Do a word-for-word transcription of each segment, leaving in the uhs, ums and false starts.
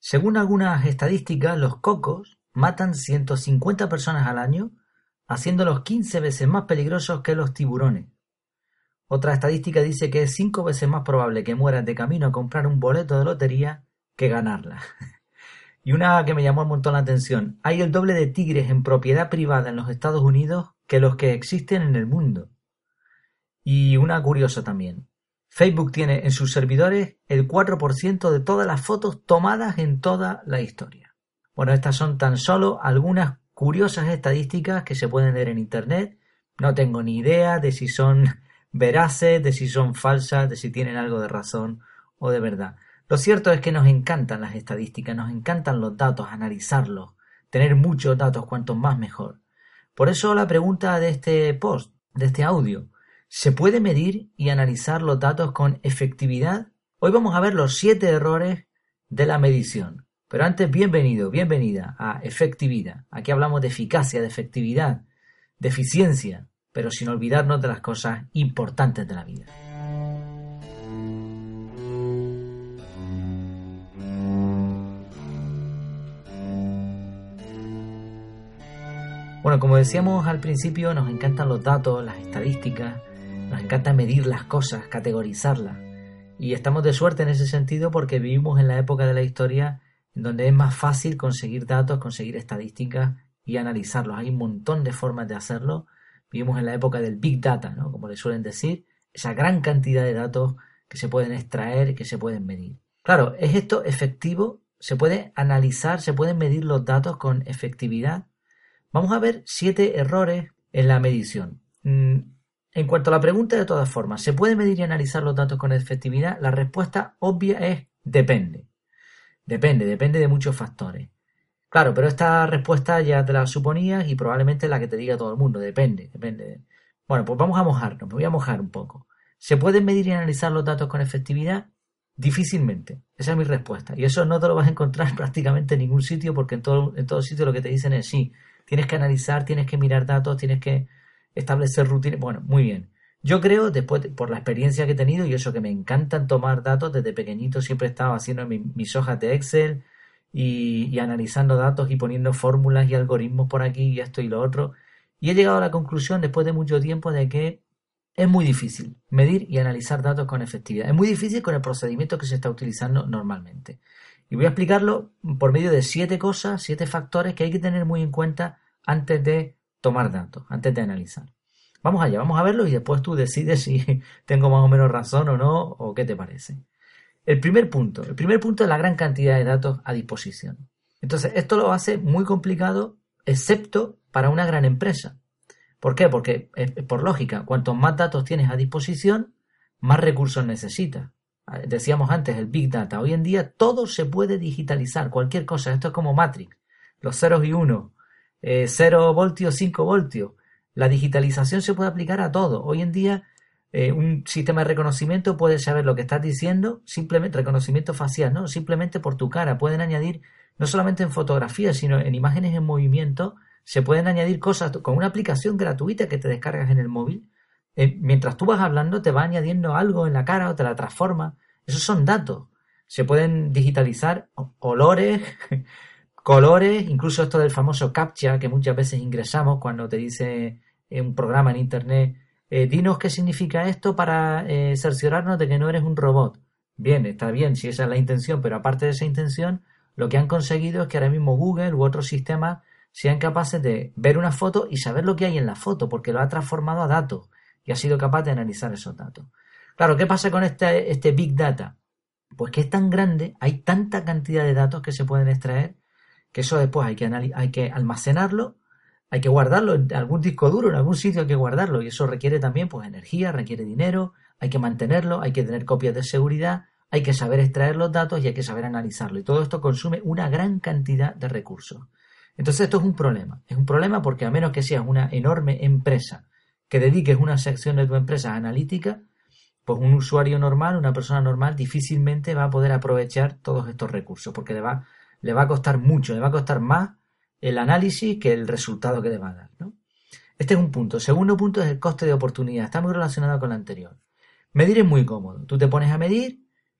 Según algunas estadísticas, los cocos matan ciento cincuenta personas al año, haciéndolos quince veces más peligrosos que los tiburones. Otra estadística dice que es cinco veces más probable que mueras de camino a comprar un boleto de lotería que ganarla. Y una que me llamó un montón la atención: hay el doble de tigres en propiedad privada en los Estados Unidos que los que existen en el mundo. Y una curiosa también: Facebook tiene en sus servidores el cuatro por ciento de todas las fotos tomadas en toda la historia. Bueno, estas son tan solo algunas curiosas estadísticas que se pueden leer en internet. No tengo ni idea de si son veraces, de si son falsas, de si tienen algo de razón o de verdad. Lo cierto es que nos encantan las estadísticas, nos encantan los datos, analizarlos, tener muchos datos, cuantos más mejor. Por eso la pregunta de este post, de este audio: ¿se puede medir y analizar los datos con efectividad? Hoy vamos a ver los siete errores de la medición. Pero antes, bienvenido, bienvenida a Efectividad. Aquí hablamos de eficacia, de efectividad, de eficiencia, pero sin olvidarnos de las cosas importantes de la vida. Bueno, como decíamos al principio, nos encantan los datos, las estadísticas, nos encanta medir las cosas, categorizarlas. Y estamos de suerte en ese sentido porque vivimos en la época de la historia en donde es más fácil conseguir datos, conseguir estadísticas y analizarlos. Hay un montón de formas de hacerlo. Vivimos en la época del Big Data, ¿no? Como le suelen decir, esa gran cantidad de datos que se pueden extraer, que se pueden medir. Claro, ¿es esto efectivo? ¿Se puede analizar, se pueden medir los datos con efectividad? Vamos a ver siete errores en la medición. En cuanto a la pregunta, de todas formas, ¿se puede medir y analizar los datos con efectividad? La respuesta obvia es depende. Depende, depende de muchos factores. Claro, pero esta respuesta ya te la suponías y probablemente es la que te diga todo el mundo. Depende, depende. Bueno, pues vamos a mojarnos, me voy a mojar un poco. ¿Se pueden medir y analizar los datos con efectividad? Difícilmente. Esa es mi respuesta. Y eso no te lo vas a encontrar prácticamente en ningún sitio, porque en todo, en todo sitio lo que te dicen es sí. Tienes que analizar, tienes que mirar datos, tienes que establecer rutinas. Bueno, muy bien. Yo creo, después, por la experiencia que he tenido, y eso que me encantan tomar datos, desde pequeñito siempre he estado haciendo mi, mis hojas de Excel y, y analizando datos y poniendo fórmulas y algoritmos por aquí y esto y lo otro. Y he llegado a la conclusión, después de mucho tiempo, de que es muy difícil medir y analizar datos con efectividad. Es muy difícil con el procedimiento que se está utilizando normalmente. Y voy a explicarlo por medio de siete cosas, siete factores que hay que tener muy en cuenta antes de tomar datos, antes de analizar. Vamos allá, vamos a verlo y después tú decides si tengo más o menos razón o no, o qué te parece. El primer punto, el primer punto es la gran cantidad de datos a disposición. Entonces, esto lo hace muy complicado, excepto para una gran empresa. ¿Por qué? Porque, eh, por lógica, cuantos más datos tienes a disposición, más recursos necesitas. Decíamos antes, el Big Data. Hoy en día todo se puede digitalizar, cualquier cosa. Esto es como Matrix, los ceros y unos, eh, cero voltios, cinco voltios. La digitalización se puede aplicar a todo. Hoy en día eh, un sistema de reconocimiento puede saber lo que estás diciendo, simplemente reconocimiento facial, ¿no? Simplemente por tu cara. Pueden añadir, no solamente en fotografías, sino en imágenes en movimiento, se pueden añadir cosas con una aplicación gratuita que te descargas en el móvil. Eh, mientras tú vas hablando te va añadiendo algo en la cara o te la transforma. Esos son datos. Se pueden digitalizar olores, colores, incluso esto del famoso CAPTCHA que muchas veces ingresamos cuando te dice un programa en internet, eh, dinos qué significa esto para eh, cerciorarnos de que no eres un robot. Bien, está bien si esa es la intención, pero aparte de esa intención, lo que han conseguido es que ahora mismo Google u otros sistemas sean capaces de ver una foto y saber lo que hay en la foto, porque lo ha transformado a datos y ha sido capaz de analizar esos datos. Claro, ¿qué pasa con este, este Big Data? Pues que es tan grande, hay tanta cantidad de datos que se pueden extraer, que eso después hay que, analiz- hay que almacenarlo, hay que guardarlo en algún disco duro, en algún sitio hay que guardarlo, y eso requiere también pues energía, requiere dinero, hay que mantenerlo, hay que tener copias de seguridad, hay que saber extraer los datos y hay que saber analizarlo, y todo esto consume una gran cantidad de recursos. Entonces esto es un problema, es un problema porque a menos que seas una enorme empresa que dediques una sección de tu empresa a analítica, pues un usuario normal, una persona normal, difícilmente va a poder aprovechar todos estos recursos, porque le va, le va a costar mucho, le va a costar más el análisis que el resultado que le va a dar, ¿no? Este es un punto. El segundo punto es el coste de oportunidad. Está muy relacionado con el anterior. Medir es muy cómodo. Tú te pones a medir,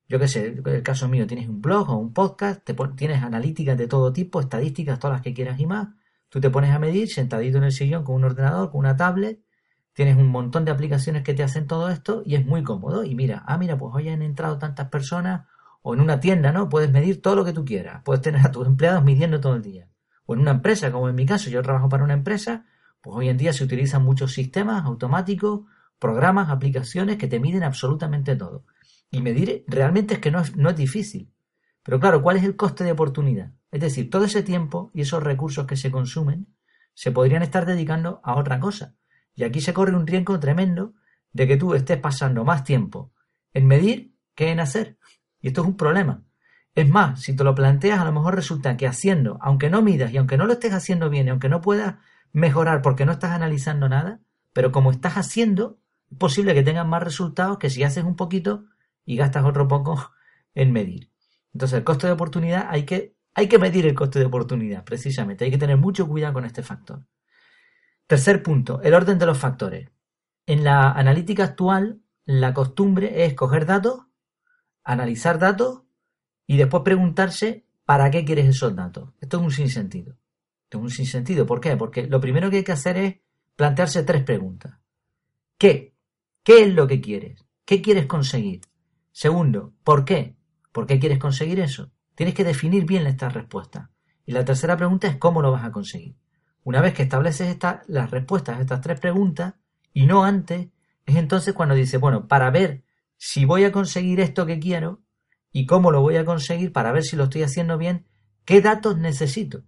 yo qué sé, en el caso mío, tienes un blog o un podcast, te pon, tienes analíticas de todo tipo, estadísticas, todas las que quieras y más. Tú te pones a medir sentadito en el sillón con un ordenador, con una tablet, tienes un montón de aplicaciones que te hacen todo esto y es muy cómodo. Y mira, ah, mira, pues hoy han entrado tantas personas, o en una tienda, ¿no? Puedes medir todo lo que tú quieras. Puedes tener a tus empleados midiendo todo el día. O en una empresa, como en mi caso, yo trabajo para una empresa, pues hoy en día se utilizan muchos sistemas automáticos, programas, aplicaciones que te miden absolutamente todo. Y medir realmente es que no es, no es difícil. Pero claro, ¿cuál es el coste de oportunidad? Es decir, todo ese tiempo y esos recursos que se consumen se podrían estar dedicando a otra cosa. Y aquí se corre un riesgo tremendo de que tú estés pasando más tiempo en medir que en hacer. Y esto es un problema. Es más, si te lo planteas, a lo mejor resulta que haciendo, aunque no midas y aunque no lo estés haciendo bien y aunque no puedas mejorar porque no estás analizando nada, pero como estás haciendo, es posible que tengas más resultados que si haces un poquito y gastas otro poco en medir. Entonces, el coste de oportunidad, hay que, hay que medir el coste de oportunidad, precisamente. Hay que tener mucho cuidado con este factor. Tercer punto, el orden de los factores. En la analítica actual, la costumbre es coger datos, analizar datos y después preguntarse para qué quieres esos datos. Esto es un sinsentido. Esto es un sinsentido. ¿Por qué? Porque lo primero que hay que hacer es plantearse tres preguntas. ¿Qué? ¿Qué es lo que quieres? ¿Qué quieres conseguir? Segundo, ¿por qué? ¿Por qué quieres conseguir eso? Tienes que definir bien estas respuestas. Y la tercera pregunta es ¿cómo lo vas a conseguir? Una vez que estableces esta, las respuestas a estas tres preguntas, y no antes, es entonces cuando dices, bueno, para ver si voy a conseguir esto que quiero y cómo lo voy a conseguir, para ver si lo estoy haciendo bien, ¿qué datos necesito?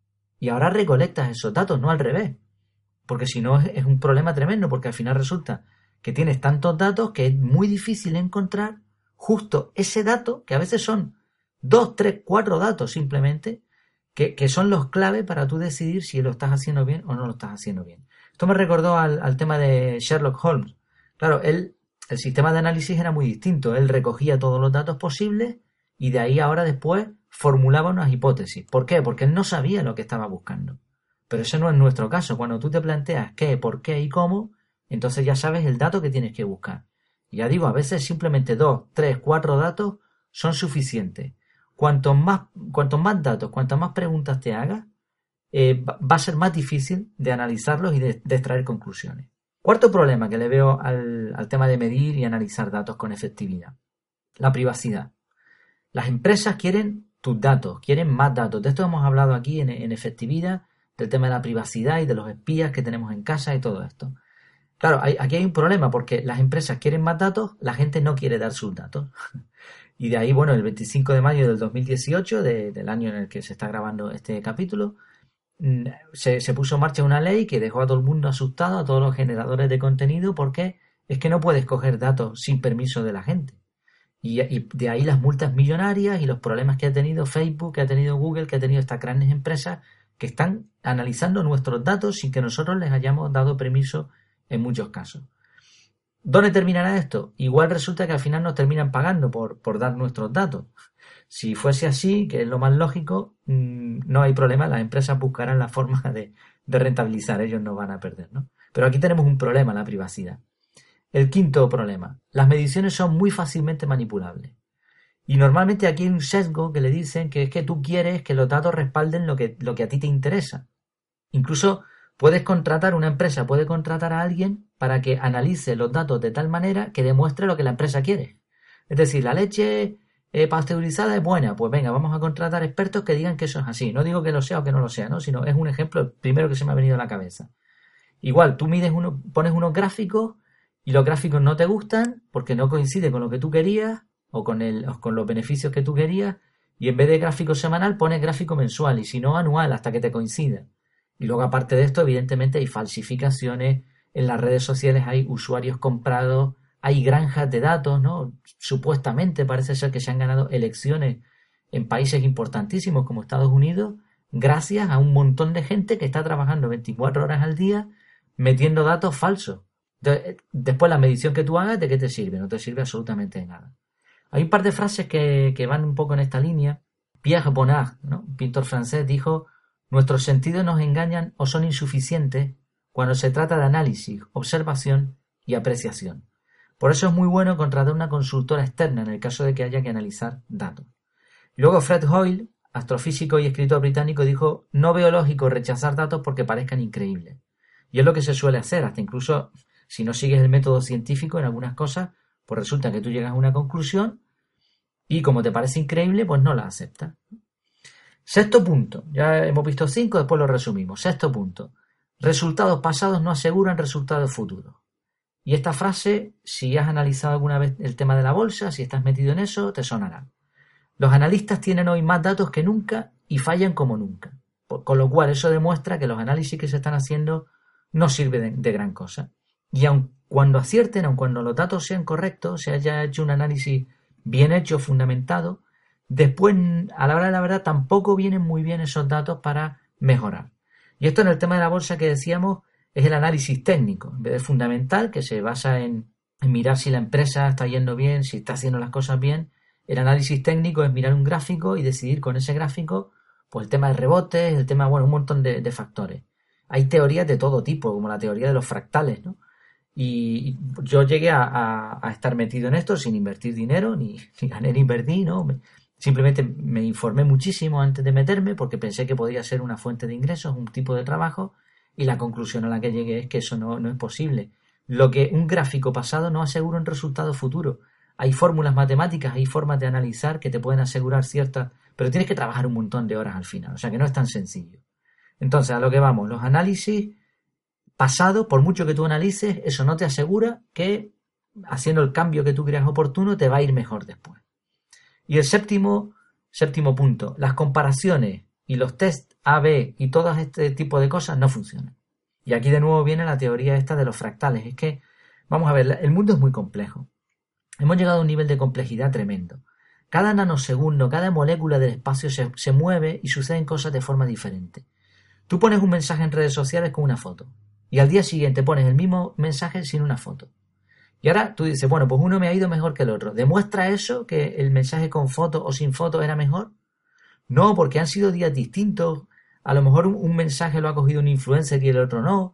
Y ahora recolectas esos datos, no al revés. Porque si no es un problema tremendo, porque al final resulta que tienes tantos datos que es muy difícil encontrar justo ese dato, que a veces son dos, tres, cuatro datos simplemente, que, que son los clave para tú decidir si lo estás haciendo bien o no lo estás haciendo bien. Esto me recordó al, al tema de Sherlock Holmes. Claro, él, el sistema de análisis era muy distinto. Él recogía todos los datos posibles y de ahí ahora después formulaba unas hipótesis. ¿Por qué? Porque él no sabía lo que estaba buscando. Pero ese no es nuestro caso. Cuando tú te planteas qué, por qué y cómo, entonces ya sabes el dato que tienes que buscar. Y ya digo, a veces simplemente dos, tres, cuatro datos son suficientes. Cuanto más, cuantos más datos, cuantas más preguntas te hagas, eh, va a ser más difícil de analizarlos y de, de extraer conclusiones. Cuarto problema que le veo al, al tema de medir y analizar datos con efectividad. La privacidad. Las empresas quieren tus datos, quieren más datos. De esto hemos hablado aquí en, en efectividad, del tema de la privacidad y de los espías que tenemos en casa y todo esto. Claro, hay, aquí hay un problema porque las empresas quieren más datos, la gente no quiere dar sus datos. Y de ahí, bueno, el veinticinco de mayo del dos mil dieciocho, de, del año en el que se está grabando este capítulo, se, se puso en marcha una ley que dejó a todo el mundo asustado, a todos los generadores de contenido, porque es que no puedes coger datos sin permiso de la gente. Y, y de ahí las multas millonarias y los problemas que ha tenido Facebook, que ha tenido Google, que ha tenido estas grandes empresas que están analizando nuestros datos sin que nosotros les hayamos dado permiso en muchos casos. ¿Dónde terminará esto? Igual resulta que al final nos terminan pagando por, por dar nuestros datos. Si fuese así, que es lo más lógico, mmm, no hay problema, las empresas buscarán la forma de, de rentabilizar, ellos no van a perder, ¿no? Pero aquí tenemos un problema, la privacidad. El quinto problema, las mediciones son muy fácilmente manipulables. Y normalmente aquí hay un sesgo que le dicen que es que tú quieres que los datos respalden lo que, lo que a ti te interesa. Incluso puedes contratar, una empresa puede contratar a alguien para que analice los datos de tal manera que demuestre lo que la empresa quiere. Es decir, la leche eh, pasteurizada es buena, pues venga, vamos a contratar expertos que digan que eso es así. No digo que lo sea o que no lo sea, ¿no? Sino es un ejemplo primero que se me ha venido a la cabeza. Igual, tú mides uno, pones unos gráficos y los gráficos no te gustan porque no coincide con lo que tú querías o con, el, o con los beneficios que tú querías, y en vez de gráfico semanal pones gráfico mensual y si no anual hasta que te coincida. Y luego aparte de esto, evidentemente hay falsificaciones, en las redes sociales hay usuarios comprados, hay granjas de datos, ¿no? Supuestamente parece ser que se han ganado elecciones en países importantísimos como Estados Unidos gracias a un montón de gente que está trabajando veinticuatro horas al día metiendo datos falsos. Entonces, después la medición que tú hagas, ¿de qué te sirve? No te sirve absolutamente de nada. Hay un par de frases que, que van un poco en esta línea. Pierre Bonnard, ¿no? Un pintor francés, dijo: nuestros sentidos nos engañan o son insuficientes cuando se trata de análisis, observación y apreciación. Por eso es muy bueno contratar una consultora externa en el caso de que haya que analizar datos. Y luego Fred Hoyle, astrofísico y escritor británico, dijo: no veo lógico rechazar datos porque parezcan increíbles. Y es lo que se suele hacer, hasta incluso si no sigues el método científico en algunas cosas, pues resulta que tú llegas a una conclusión y como te parece increíble, pues no la aceptas. Sexto punto, ya hemos visto cinco, después lo resumimos. Sexto punto, resultados pasados no aseguran resultados futuros. Y esta frase, si has analizado alguna vez el tema de la bolsa, si estás metido en eso, te sonará. Los analistas tienen hoy más datos que nunca y fallan como nunca. Con lo cual eso demuestra que los análisis que se están haciendo no sirven de, de gran cosa. Y aun cuando acierten, aun cuando los datos sean correctos, se haya hecho un análisis bien hecho, fundamentado, después, a la hora de la verdad, tampoco vienen muy bien esos datos para mejorar. Y esto en el tema de la bolsa que decíamos es el análisis técnico, en vez de fundamental, que se basa en, en mirar si la empresa está yendo bien, si está haciendo las cosas bien. El análisis técnico es mirar un gráfico y decidir con ese gráfico pues el tema de rebotes, el tema, bueno, un montón de, de factores. Hay teorías de todo tipo, como la teoría de los fractales, ¿no? Y yo llegué a, a, a estar metido en esto sin invertir dinero, ni, ni gané ni invertí, ¿no? Me, simplemente me informé muchísimo antes de meterme porque pensé que podía ser una fuente de ingresos, un tipo de trabajo, y la conclusión a la que llegué es que eso no, no es posible. Lo que un gráfico pasado no asegura un resultado futuro. Hay fórmulas matemáticas, hay formas de analizar que te pueden asegurar ciertas, pero tienes que trabajar un montón de horas al final, o sea que no es tan sencillo. Entonces, a lo que vamos, los análisis pasados, por mucho que tú analices, eso no te asegura que haciendo el cambio que tú creas oportuno te va a ir mejor después. Y el séptimo, séptimo punto, las comparaciones y los test A B y todo este tipo de cosas no funcionan. Y aquí de nuevo viene la teoría esta de los fractales. Es que, vamos a ver, el mundo es muy complejo. Hemos llegado a un nivel de complejidad tremendo. Cada nanosegundo, cada molécula del espacio se, se mueve y suceden cosas de forma diferente. Tú pones un mensaje en redes sociales con una foto y al día siguiente pones el mismo mensaje sin una foto. Y ahora tú dices, bueno, pues uno me ha ido mejor que el otro. ¿Demuestra eso que el mensaje con foto o sin foto era mejor? No, porque han sido días distintos. A lo mejor un, un mensaje lo ha cogido un influencer y el otro no.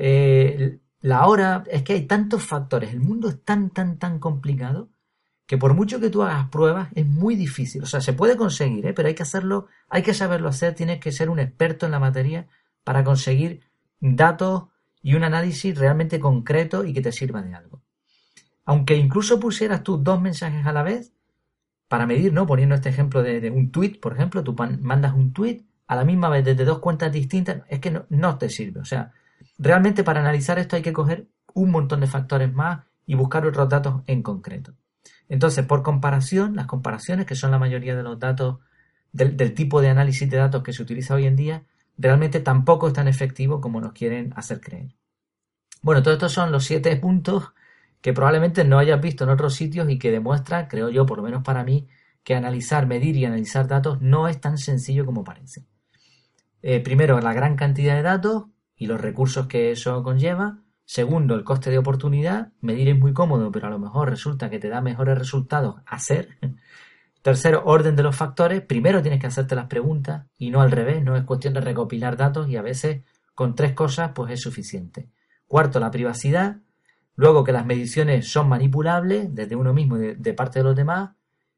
Eh, la hora, es que hay tantos factores. El mundo es tan, tan, tan complicado que por mucho que tú hagas pruebas es muy difícil. O sea, se puede conseguir, ¿eh? Pero hay que hacerlo, hay que saberlo hacer. Tienes que ser un experto en la materia para conseguir datos y un análisis realmente concreto y que te sirva de algo. Aunque incluso pusieras tú dos mensajes a la vez, para medir, ¿no? Poniendo este ejemplo de, de un tweet, por ejemplo, tú mandas un tweet a la misma vez desde dos cuentas distintas, es que no, no te sirve. O sea, realmente para analizar esto hay que coger un montón de factores más y buscar otros datos en concreto. Entonces, por comparación, las comparaciones, que son la mayoría de los datos, del, del tipo de análisis de datos que se utiliza hoy en día, realmente tampoco es tan efectivo como nos quieren hacer creer. Bueno, todos estos son los siete puntos que probablemente no hayas visto en otros sitios y que demuestran, creo yo, por lo menos para mí, que analizar, medir y analizar datos no es tan sencillo como parece. Eh, primero, la gran cantidad de datos y los recursos que eso conlleva. Segundo, el coste de oportunidad. Medir es muy cómodo, pero a lo mejor resulta que te da mejores resultados hacer. Tercero, orden de los factores. Primero tienes que hacerte las preguntas y no al revés. No es cuestión de recopilar datos y a veces con tres cosas pues es suficiente. Cuarto, la privacidad. Luego, que las mediciones son manipulables desde uno mismo y de, de parte de los demás.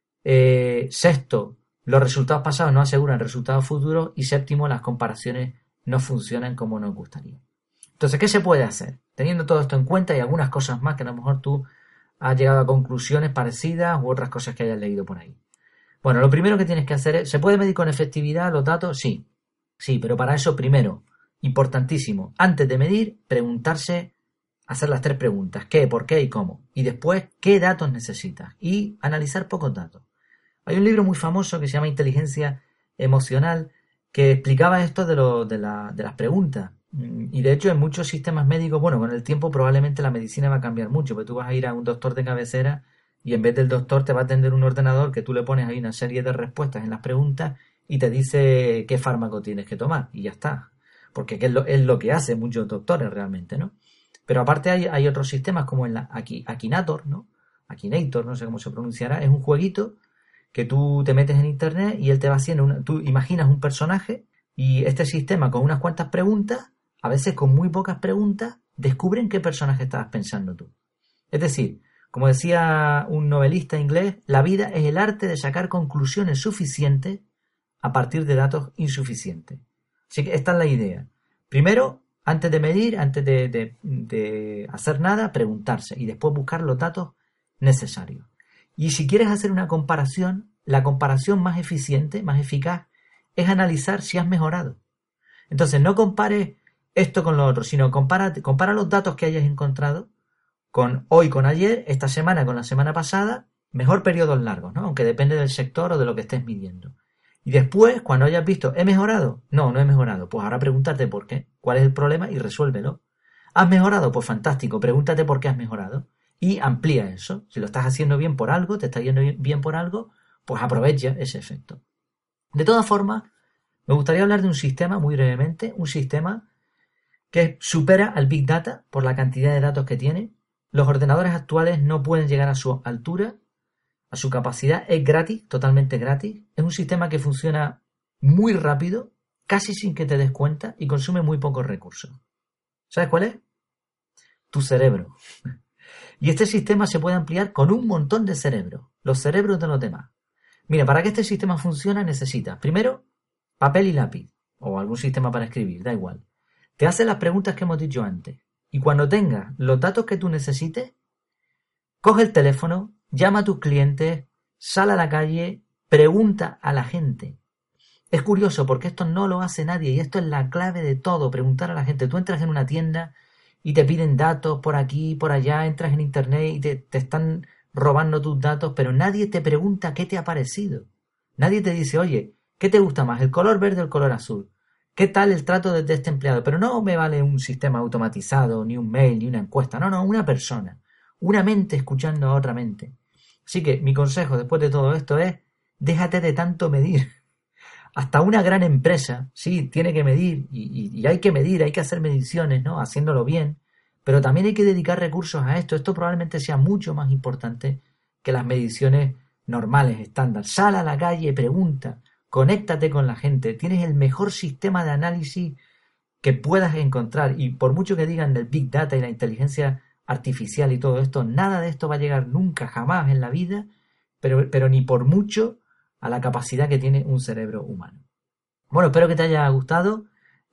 Eh, sexto, los resultados pasados no aseguran resultados futuros. Y séptimo, las comparaciones no funcionan como nos gustaría. Entonces, ¿qué se puede hacer? Teniendo todo esto en cuenta y algunas cosas más que a lo mejor tú has llegado a conclusiones parecidas u otras cosas que hayas leído por ahí. Bueno, lo primero que tienes que hacer es, ¿se puede medir con efectividad los datos? Sí, sí, pero para eso primero, importantísimo, antes de medir, preguntarse, hacer las tres preguntas, ¿qué, por qué y cómo? Y después, ¿qué datos necesitas? Y analizar pocos datos. Hay un libro muy famoso que se llama Inteligencia Emocional que explicaba esto de, lo, de, la, de las preguntas. Y de hecho en muchos sistemas médicos, bueno, con el tiempo probablemente la medicina va a cambiar mucho, porque tú vas a ir a un doctor de cabecera y en vez del doctor te va a atender un ordenador que tú le pones ahí una serie de respuestas en las preguntas y te dice qué fármaco tienes que tomar y ya está. Porque es lo, es lo que hacen muchos doctores realmente, ¿no? Pero aparte hay, hay otros sistemas como en la Akinator, ¿no? Akinator, no sé cómo se pronunciará, es un jueguito que tú te metes en internet y él te va haciendo una, tú imaginas un personaje y este sistema con unas cuantas preguntas, a veces con muy pocas preguntas, descubren qué personaje estabas pensando tú. Es decir, Como decía un novelista inglés, la vida es el arte de sacar conclusiones suficientes a partir de datos insuficientes. Así que esta es la idea. Primero, antes de medir, antes de, de, de hacer nada, preguntarse y después buscar los datos necesarios. Y si quieres hacer una comparación, la comparación más eficiente, más eficaz, es analizar si has mejorado. Entonces, no compares esto con lo otro, sino compara, compara los datos que hayas encontrado con hoy, con ayer, esta semana con la semana pasada, mejor periodos largos, ¿no? Aunque depende del sector o de lo que estés midiendo. Y después, cuando hayas visto, ¿he mejorado? No, no he mejorado. Pues ahora pregúntate por qué, cuál es el problema y resuélvelo. ¿Has mejorado? Pues fantástico, pregúntate por qué has mejorado y amplía eso. Si lo estás haciendo bien por algo, te está yendo bien por algo, pues aprovecha ese efecto. De todas formas, me gustaría hablar de un sistema, muy brevemente, un sistema que supera al Big Data por la cantidad de datos que tiene. Los ordenadores actuales no pueden llegar a su altura, a su capacidad. Es gratis, totalmente gratis. Es un sistema que funciona muy rápido, casi sin que te des cuenta y consume muy pocos recursos. ¿Sabes cuál es? Tu cerebro. Y este sistema se puede ampliar con un montón de cerebros, los cerebros de los demás. Mira, para que este sistema funcione necesitas, primero, papel y lápiz, o algún sistema para escribir, da igual. Te hace las preguntas que hemos dicho antes. Y cuando tengas los datos que tú necesites, coge el teléfono, llama a tus clientes, sal a la calle, pregunta a la gente. Es curioso porque esto no lo hace nadie y esto es la clave de todo, preguntar a la gente. Tú entras en una tienda y te piden datos por aquí, por allá, entras en internet y te, te están robando tus datos, pero nadie te pregunta qué te ha parecido. Nadie te dice, oye, ¿qué te gusta más, el color verde o el color azul? ¿Qué tal el trato de este empleado? Pero no me vale un sistema automatizado, ni un mail, ni una encuesta. No, no, una persona. Una mente escuchando a otra mente. Así que mi consejo después de todo esto es, déjate de tanto medir. Hasta una gran empresa, sí, tiene que medir, y, y, y hay que medir, hay que hacer mediciones, ¿no? Haciéndolo bien, pero también hay que dedicar recursos a esto. Esto probablemente sea mucho más importante que las mediciones normales, estándar. Sal a la calle, pregunta, conéctate con la gente. Tienes el mejor sistema de análisis que puedas encontrar, y por mucho que digan del Big Data y la inteligencia artificial y todo esto, nada de esto va a llegar nunca, jamás en la vida, pero, pero ni por mucho a la capacidad que tiene un cerebro humano. Bueno, espero que te haya gustado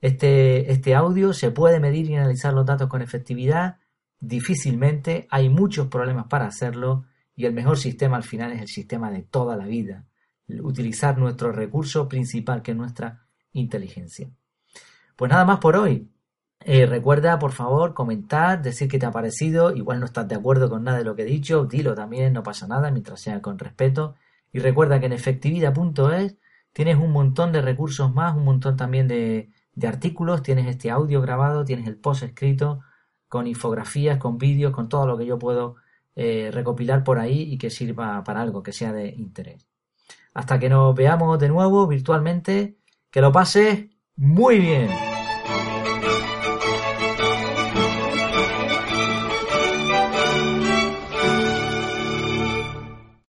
este, este audio. Se puede medir y analizar los datos con efectividad, difícilmente, hay muchos problemas para hacerlo y el mejor sistema al final es el sistema de toda la vida, utilizar nuestro recurso principal que es nuestra inteligencia. Pues nada más por hoy. Eh, recuerda, por favor, comentar, decir qué te ha parecido. Igual no estás de acuerdo con nada de lo que he dicho, dilo también, no pasa nada, mientras sea con respeto. Y recuerda que en efectividad punto es tienes un montón de recursos más, un montón también de, de artículos, tienes este audio grabado, tienes el post escrito, con infografías, con vídeos, con todo lo que yo puedo eh, recopilar por ahí y que sirva para algo, que sea de interés. Hasta que nos veamos de nuevo virtualmente, que lo pases muy bien.